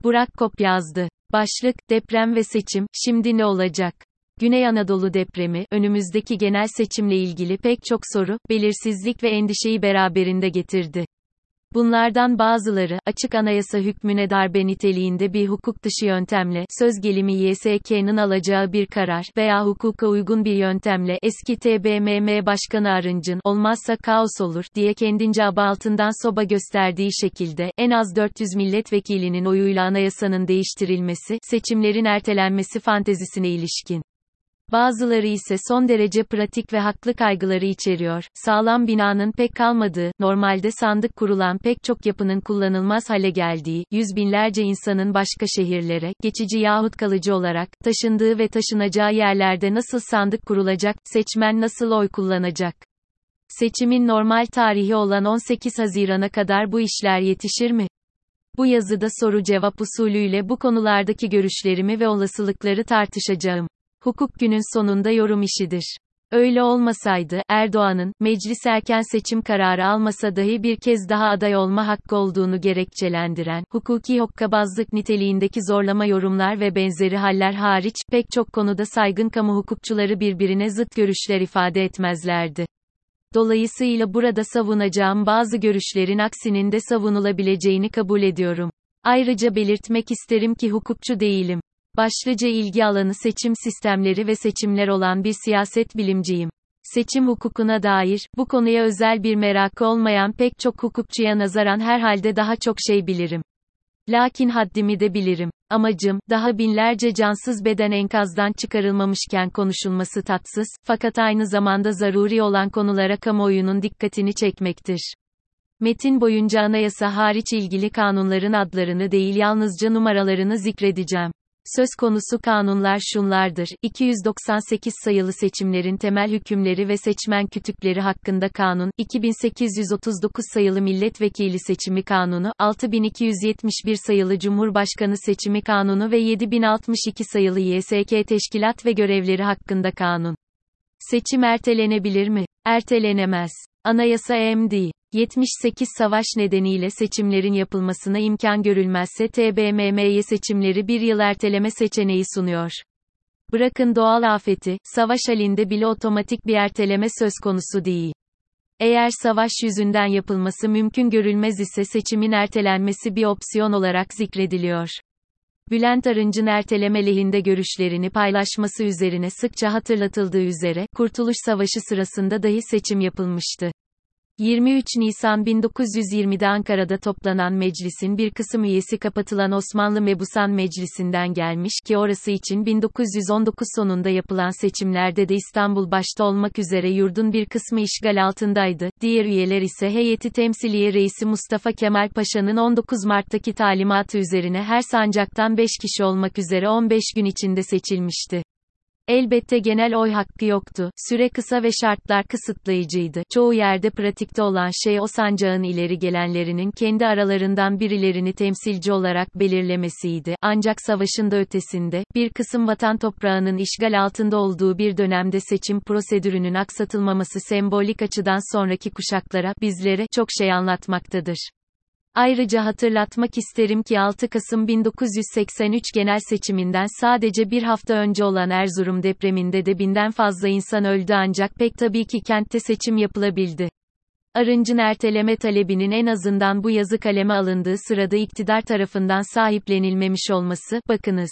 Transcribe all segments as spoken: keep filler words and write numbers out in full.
Burak Kop yazdı. Başlık, deprem ve seçim, şimdi ne olacak? Güney Anadolu depremi, önümüzdeki genel seçimle ilgili pek çok soru, belirsizlik ve endişeyi beraberinde getirdi. Bunlardan bazıları, açık anayasa hükmüne darbe niteliğinde bir hukuk dışı yöntemle, söz gelimi Y S K'nın alacağı bir karar veya hukuka uygun bir yöntemle, eski T B M M Başkanı Arınç'ın, olmazsa kaos olur, diye kendince aba altından soba gösterdiği şekilde, en az dört yüz milletvekilinin oyuyla anayasanın değiştirilmesi, seçimlerin ertelenmesi fantezisine ilişkin. Bazıları ise son derece pratik ve haklı kaygıları içeriyor. Sağlam binanın pek kalmadığı, normalde sandık kurulan pek çok yapının kullanılmaz hale geldiği, yüz binlerce insanın başka şehirlere, geçici yahut kalıcı olarak, taşındığı ve taşınacağı yerlerde nasıl sandık kurulacak, seçmen nasıl oy kullanacak? Seçimin normal tarihi olan on sekiz Haziran'a kadar bu işler yetişir mi? Bu yazıda soru-cevap usulüyle bu konulardaki görüşlerimi ve olasılıkları tartışacağım. Hukuk günün sonunda yorum işidir. Öyle olmasaydı, Erdoğan'ın, meclis erken seçim kararı almasa dahi bir kez daha aday olma hakkı olduğunu gerekçelendiren, hukuki hokkabazlık niteliğindeki zorlama yorumlar ve benzeri haller hariç, pek çok konuda saygın kamu hukukçuları birbirine zıt görüşler ifade etmezlerdi. Dolayısıyla burada savunacağım bazı görüşlerin aksinin de savunulabileceğini kabul ediyorum. Ayrıca belirtmek isterim ki hukukçu değilim. Başlıca ilgi alanı seçim sistemleri ve seçimler olan bir siyaset bilimciyim. Seçim hukukuna dair, bu konuya özel bir merakı olmayan pek çok hukukçuya nazaran herhalde daha çok şey bilirim. Lakin haddimi de bilirim. Amacım, daha binlerce cansız beden enkazdan çıkarılmamışken konuşulması tatsız, fakat aynı zamanda zaruri olan konulara kamuoyunun dikkatini çekmektir. Metin boyunca anayasa hariç ilgili kanunların adlarını değil yalnızca numaralarını zikredeceğim. Söz konusu kanunlar şunlardır: iki yüz doksan sekiz sayılı seçimlerin temel hükümleri ve seçmen kütükleri hakkında kanun, iki bin sekiz yüz otuz dokuz sayılı milletvekili seçimi kanunu, altı bin iki yüz yetmiş bir sayılı cumhurbaşkanı seçimi kanunu ve yedi bin altmış iki sayılı Y S K teşkilat ve görevleri hakkında kanun. Seçim ertelenebilir mi? Ertelenemez. Anayasa M D yetmiş sekiz savaş nedeniyle seçimlerin yapılmasına imkan görülmezse T B M M'ye seçimleri bir yıl erteleme seçeneği sunuyor. Bırakın doğal afeti, savaş halinde bile otomatik bir erteleme söz konusu değil. Eğer savaş yüzünden yapılması mümkün görülmez ise seçimin ertelenmesi bir opsiyon olarak zikrediliyor. Bülent Arınç'ın erteleme lehinde görüşlerini paylaşması üzerine sıkça hatırlatıldığı üzere, Kurtuluş Savaşı sırasında dahi seçim yapılmıştı. yirmi üç Nisan bin dokuz yüz yirmide Ankara'da toplanan meclisin bir kısım üyesi kapatılan Osmanlı Mebusan Meclisi'nden gelmiş ki orası için bin dokuz yüz on dokuz sonunda yapılan seçimlerde de İstanbul başta olmak üzere yurdun bir kısmı işgal altındaydı. Diğer üyeler ise Heyeti Temsiliye Reisi Mustafa Kemal Paşa'nın on dokuz Mart'taki talimatı üzerine her sancaktan beş kişi olmak üzere on beş gün içinde seçilmişti. Elbette genel oy hakkı yoktu, süre kısa ve şartlar kısıtlayıcıydı. Çoğu yerde pratikte olan şey o sancağın ileri gelenlerinin kendi aralarından birilerini temsilci olarak belirlemesiydi. Ancak savaşın da ötesinde, bir kısım vatan toprağının işgal altında olduğu bir dönemde seçim prosedürünün aksatılmaması sembolik açıdan sonraki kuşaklara, bizlere, çok şey anlatmaktadır. Ayrıca hatırlatmak isterim ki altı Kasım bin dokuz yüz seksen üç genel seçiminden sadece bir hafta önce olan Erzurum depreminde de binden fazla insan öldü ancak pek tabii ki kentte seçim yapılabildi. Arınç'ın erteleme talebinin en azından bu yazı kaleme alındığı sırada iktidar tarafından sahiplenilmemiş olması, bakınız.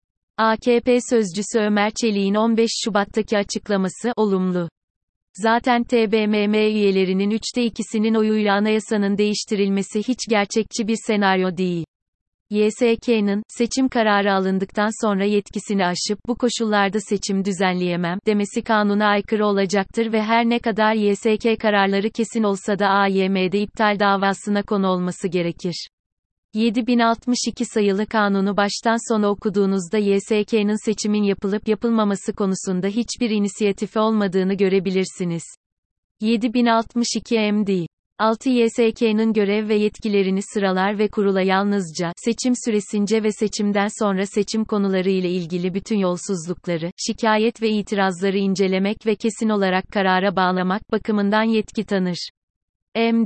A K P sözcüsü Ömer Çelik'in on beş Şubat'taki açıklaması, olumlu. Zaten T B M M üyelerinin üçte ikisinin oyuyla anayasanın değiştirilmesi hiç gerçekçi bir senaryo değil. Y S K'nın, seçim kararı alındıktan sonra yetkisini aşıp, bu koşullarda seçim düzenleyemem, demesi kanuna aykırı olacaktır ve her ne kadar Y S K kararları kesin olsa da A Y M'de iptal davasına konu olması gerekir. yedi bin altmış iki sayılı kanunu baştan sona okuduğunuzda Y S K'nın seçimin yapılıp yapılmaması konusunda hiçbir inisiyatifi olmadığını görebilirsiniz. yedi bin altmış iki M D altı Y S K'nın görev ve yetkilerini sıralar ve kurula yalnızca, seçim süresince ve seçimden sonra seçim konuları ile ilgili bütün yolsuzlukları, şikayet ve itirazları incelemek ve kesin olarak karara bağlamak bakımından yetki tanır. M D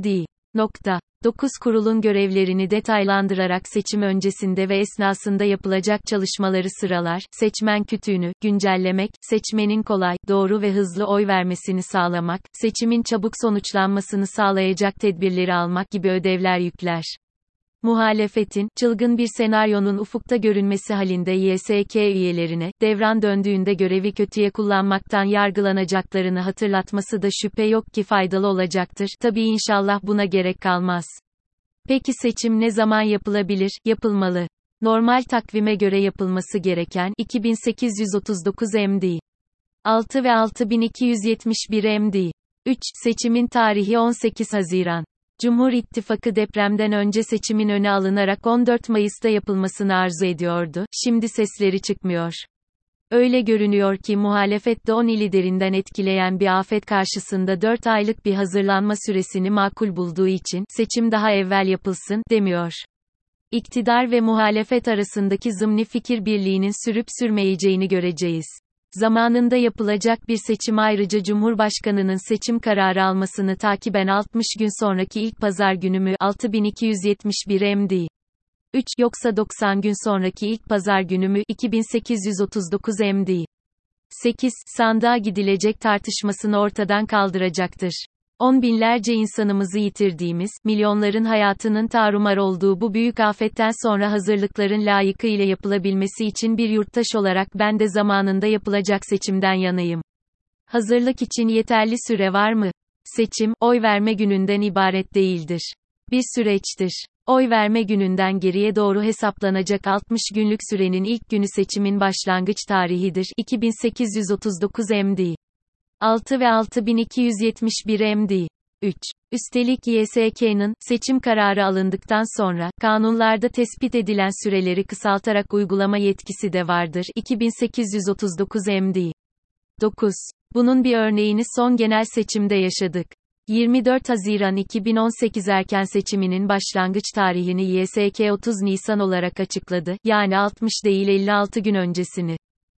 Nokta. dokuz Kurulun görevlerini detaylandırarak seçim öncesinde ve esnasında yapılacak çalışmaları sıralar, seçmen kütüğünü güncellemek, seçmenin kolay, doğru ve hızlı oy vermesini sağlamak, seçimin çabuk sonuçlanmasını sağlayacak tedbirleri almak gibi ödevler yükler. Muhalefetin, çılgın bir senaryonun ufukta görünmesi halinde Y S K üyelerine, devran döndüğünde görevi kötüye kullanmaktan yargılanacaklarını hatırlatması da şüphe yok ki faydalı olacaktır. Tabii inşallah buna gerek kalmaz. Peki seçim ne zaman yapılabilir, yapılmalı? Normal takvime göre yapılması gereken, iki bin sekiz yüz otuz dokuz M D. altı ve altı bin iki yüz yetmiş bir M D. üç. Seçimin tarihi on sekiz Haziran. Cumhur İttifakı depremden önce seçimin öne alınarak on dört Mayıs'ta yapılmasını arzu ediyordu, şimdi sesleri çıkmıyor. Öyle görünüyor ki muhalefet de on ili derinden etkileyen bir afet karşısında dört aylık bir hazırlanma süresini makul bulduğu için, seçim daha evvel yapılsın, demiyor. İktidar ve muhalefet arasındaki zımni fikir birliğinin sürüp sürmeyeceğini göreceğiz. Zamanında yapılacak bir seçim ayrıca Cumhurbaşkanının seçim kararı almasını takiben altmış gün sonraki ilk pazar günü mü, altı bin iki yüz yetmiş bir M D. üç. Yoksa doksan gün sonraki ilk pazar günü mü, iki bin sekiz yüz otuz dokuz M D. sekiz. Sandığa gidilecek tartışmasını ortadan kaldıracaktır. On binlerce insanımızı yitirdiğimiz, milyonların hayatının tarumar olduğu bu büyük afetten sonra hazırlıkların layıkıyla yapılabilmesi için bir yurttaş olarak ben de zamanında yapılacak seçimden yanayım. Hazırlık için yeterli süre var mı? Seçim, oy verme gününden ibaret değildir. Bir süreçtir. Oy verme gününden geriye doğru hesaplanacak altmış günlük sürenin ilk günü seçimin başlangıç tarihidir. iki bin sekiz yüz otuz dokuz M D. altı ve altı bin iki yüz yetmiş bir M D. üç. Üstelik Y S K'nın, seçim kararı alındıktan sonra, kanunlarda tespit edilen süreleri kısaltarak uygulama yetkisi de vardır. iki bin sekiz yüz otuz dokuz M D. dokuz. Bunun bir örneğini son genel seçimde yaşadık. yirmi dört Haziran iki bin on sekiz erken seçiminin başlangıç tarihini Y S K otuz Nisan olarak açıkladı, yani altmış değil elli altı gün öncesini.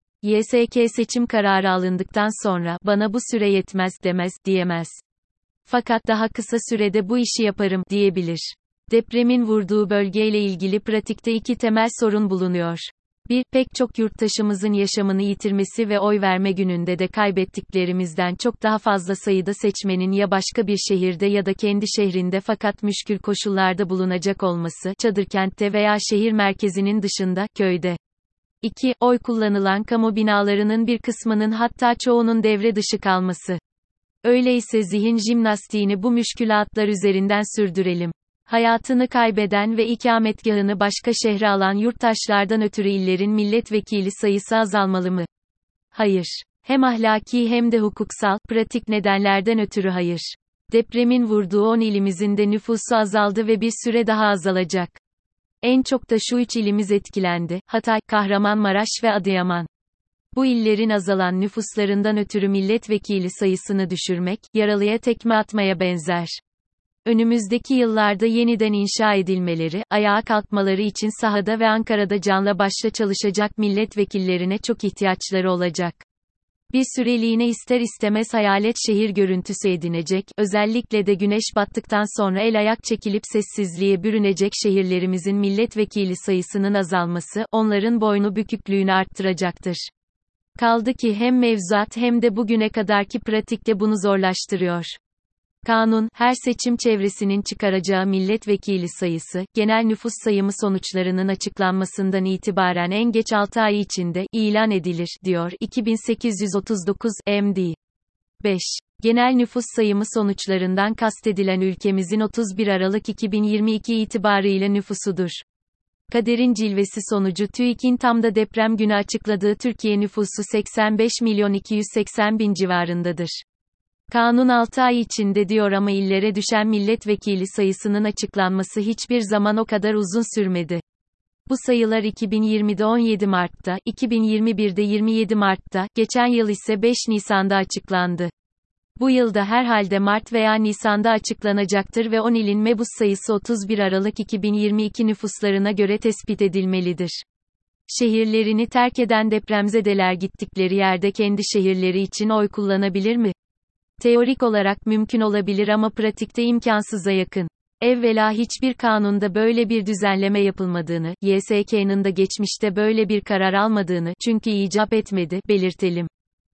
Y S K seçim kararı alındıktan sonra, bana bu süre yetmez, demez, diyemez. Fakat daha kısa sürede bu işi yaparım, diyebilir. Depremin vurduğu bölgeyle ilgili pratikte iki temel sorun bulunuyor. bir. Pek çok yurttaşımızın yaşamını yitirmesi ve oy verme gününde de kaybettiklerimizden çok daha fazla sayıda seçmenin ya başka bir şehirde ya da kendi şehrinde fakat müşkül koşullarda bulunacak olması, çadırkentte veya şehir merkezinin dışında, köyde. iki. Oy kullanılan kamu binalarının bir kısmının hatta çoğunun devre dışı kalması. Öyleyse zihin jimnastiğini bu müşkülatlar üzerinden sürdürelim. Hayatını kaybeden ve ikametgahını başka şehre alan yurttaşlardan ötürü illerin milletvekili sayısı azalmalı mı? Hayır. Hem ahlaki hem de hukuksal, pratik nedenlerden ötürü hayır. Depremin vurduğu on ilimizin de nüfusu azaldı ve bir süre daha azalacak. En çok da şu üç ilimiz etkilendi: Hatay, Kahramanmaraş ve Adıyaman. Bu illerin azalan nüfuslarından ötürü milletvekili sayısını düşürmek, yaralıya tekme atmaya benzer. Önümüzdeki yıllarda yeniden inşa edilmeleri, ayağa kalkmaları için sahada ve Ankara'da canla başla çalışacak milletvekillerine çok ihtiyaçları olacak. Bir süreliğine ister istemez hayalet şehir görüntüsü edinecek, özellikle de güneş battıktan sonra el ayak çekilip sessizliğe bürünecek şehirlerimizin milletvekili sayısının azalması, onların boynu büküklüğünü arttıracaktır. Kaldı ki hem mevzuat hem de bugüne kadarki pratikte bunu zorlaştırıyor. Kanun, her seçim çevresinin çıkaracağı milletvekili sayısı, genel nüfus sayımı sonuçlarının açıklanmasından itibaren en geç altı ay içinde ilan edilir, diyor. iki bin sekiz yüz otuz dokuz M D. beş. Genel nüfus sayımı sonuçlarından kastedilen ülkemizin otuz bir Aralık iki bin yirmi iki itibarıyla nüfusudur. Kaderin cilvesi sonucu TÜİK'in tam da deprem günü açıkladığı Türkiye nüfusu seksen beş milyon iki yüz seksen bin civarındadır. Kanun altı ay içinde diyor ama illere düşen milletvekili sayısının açıklanması hiçbir zaman o kadar uzun sürmedi. Bu sayılar iki bin yirmide on yedi Mart'ta, iki bin yirmi birde yirmi yedi Mart'ta, geçen yıl ise beş Nisan'da açıklandı. Bu yılda herhalde Mart veya Nisan'da açıklanacaktır ve on ilin mebus sayısı otuz bir Aralık iki bin yirmi iki nüfuslarına göre tespit edilmelidir. Şehirlerini terk eden depremzedeler gittikleri yerde kendi şehirleri için oy kullanabilir mi? Teorik olarak mümkün olabilir ama pratikte imkansıza yakın. Evvela hiçbir kanunda böyle bir düzenleme yapılmadığını, Y S K'nın da geçmişte böyle bir karar almadığını, çünkü icap etmedi, belirtelim.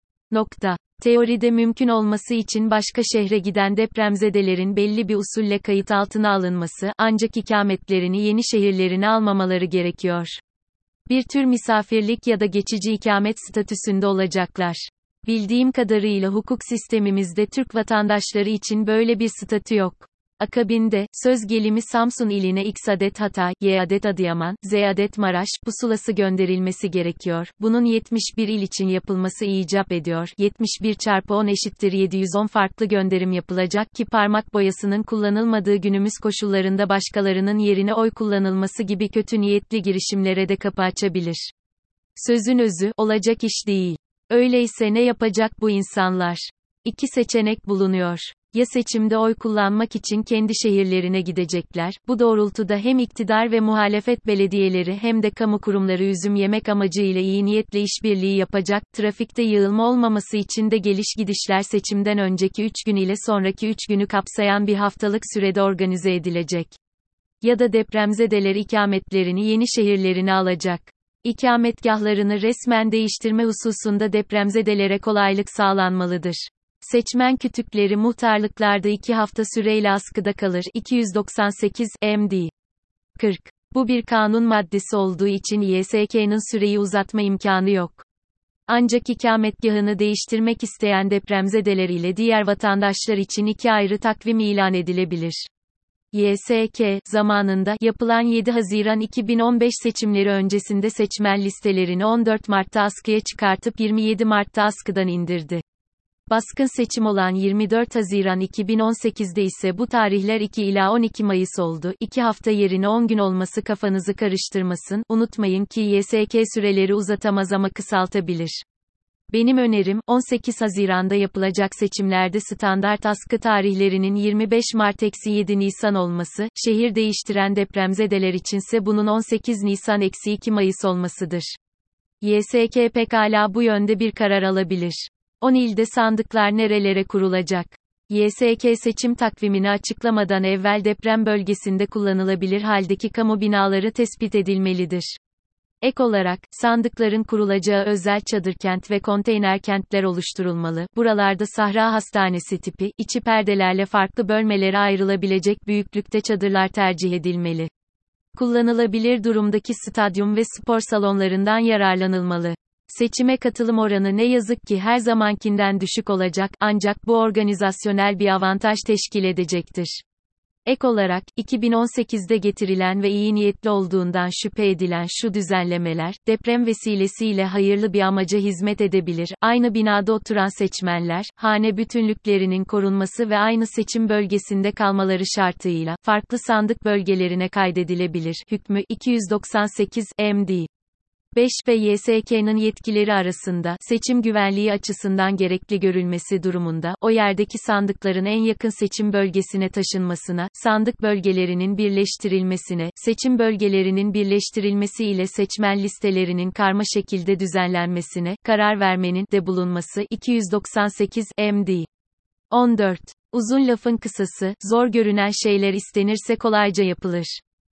Nokta. Teoride mümkün olması için başka şehre giden depremzedelerin belli bir usulle kayıt altına alınması, ancak ikametlerini yeni şehirlerine almamaları gerekiyor. Bir tür misafirlik ya da geçici ikamet statüsünde olacaklar. Bildiğim kadarıyla hukuk sistemimizde Türk vatandaşları için böyle bir statü yok. Akabinde, söz gelimi Samsun iline X adet Hatay, Y adet Adıyaman, Z adet Maraş, pusulası gönderilmesi gerekiyor. Bunun yetmiş bir il için yapılması icap ediyor. yetmiş bir çarpı on eşittir yedi yüz on farklı gönderim yapılacak ki parmak boyasının kullanılmadığı günümüz koşullarında başkalarının yerine oy kullanılması gibi kötü niyetli girişimlere de kapı açabilir. Sözün özü, olacak iş değil. Öyleyse ne yapacak bu insanlar? İki seçenek bulunuyor. Ya seçimde oy kullanmak için kendi şehirlerine gidecekler, bu doğrultuda hem iktidar ve muhalefet belediyeleri hem de kamu kurumları üzüm yemek amacıyla iyi niyetle işbirliği yapacak, trafikte yığılma olmaması için de geliş gidişler seçimden önceki üç gün ile sonraki üç günü kapsayan bir haftalık sürede organize edilecek. Ya da depremzedeler ikametlerini yeni şehirlerine alacak. İkametgahlarını resmen değiştirme hususunda depremzedelere kolaylık sağlanmalıdır. Seçmen kütükleri muhtarlıklarda iki hafta süreyle askıda kalır. iki yüz doksan sekiz, madde kırk. Bu bir kanun maddesi olduğu için Y S K'nın süreyi uzatma imkanı yok. Ancak ikametgahını değiştirmek isteyen depremzedeler ile diğer vatandaşlar için iki ayrı takvim ilan edilebilir. Y S K, zamanında, yapılan yedi Haziran iki bin on beş seçimleri öncesinde seçmen listelerini on dört Mart'ta askıya çıkartıp yirmi yedi Mart'ta askıdan indirdi. Baskın seçim olan yirmi dört Haziran iki bin on sekizde ise bu tarihler iki ila on iki Mayıs oldu. iki hafta yerine on gün olması kafanızı karıştırmasın, unutmayın ki Y S K süreleri uzatamaz ama kısaltabilir. Benim önerim, on sekiz Haziran'da yapılacak seçimlerde standart askı tarihlerinin yirmi beş Mart - yedi Nisan olması, şehir değiştiren depremzedeler içinse bunun on sekiz Nisan - iki Mayıs olmasıdır. Y S K pekala bu yönde bir karar alabilir. on ilde sandıklar nerelere kurulacak? Y S K seçim takvimini açıklamadan evvel deprem bölgesinde kullanılabilir haldeki kamu binaları tespit edilmelidir. Ek olarak, sandıkların kurulacağı özel çadırkent ve konteyner kentler oluşturulmalı. Buralarda Sahra Hastanesi tipi, içi perdelerle farklı bölmelere ayrılabilecek büyüklükte çadırlar tercih edilmeli. Kullanılabilir durumdaki stadyum ve spor salonlarından yararlanılmalı. Seçime katılım oranı ne yazık ki her zamankinden düşük olacak, ancak bu organizasyonel bir avantaj teşkil edecektir. Ek olarak, iki bin on sekizde getirilen ve iyi niyetli olduğundan şüphe edilen şu düzenlemeler, deprem vesilesiyle hayırlı bir amaca hizmet edebilir. Aynı binada oturan seçmenler, hane bütünlüklerinin korunması ve aynı seçim bölgesinde kalmaları şartıyla, farklı sandık bölgelerine kaydedilebilir. Hükmü, iki yüz doksan sekiz, madde beş ve Y S K'nın yetkileri arasında, seçim güvenliği açısından gerekli görülmesi durumunda, o yerdeki sandıkların en yakın seçim bölgesine taşınmasına, sandık bölgelerinin birleştirilmesine, seçim bölgelerinin birleştirilmesi ile seçmen listelerinin karma şekilde düzenlenmesine, karar vermenin de bulunması. iki yüz doksan sekiz, madde on dört. Uzun lafın kısası, zor görünen şeyler istenirse kolayca yapılır.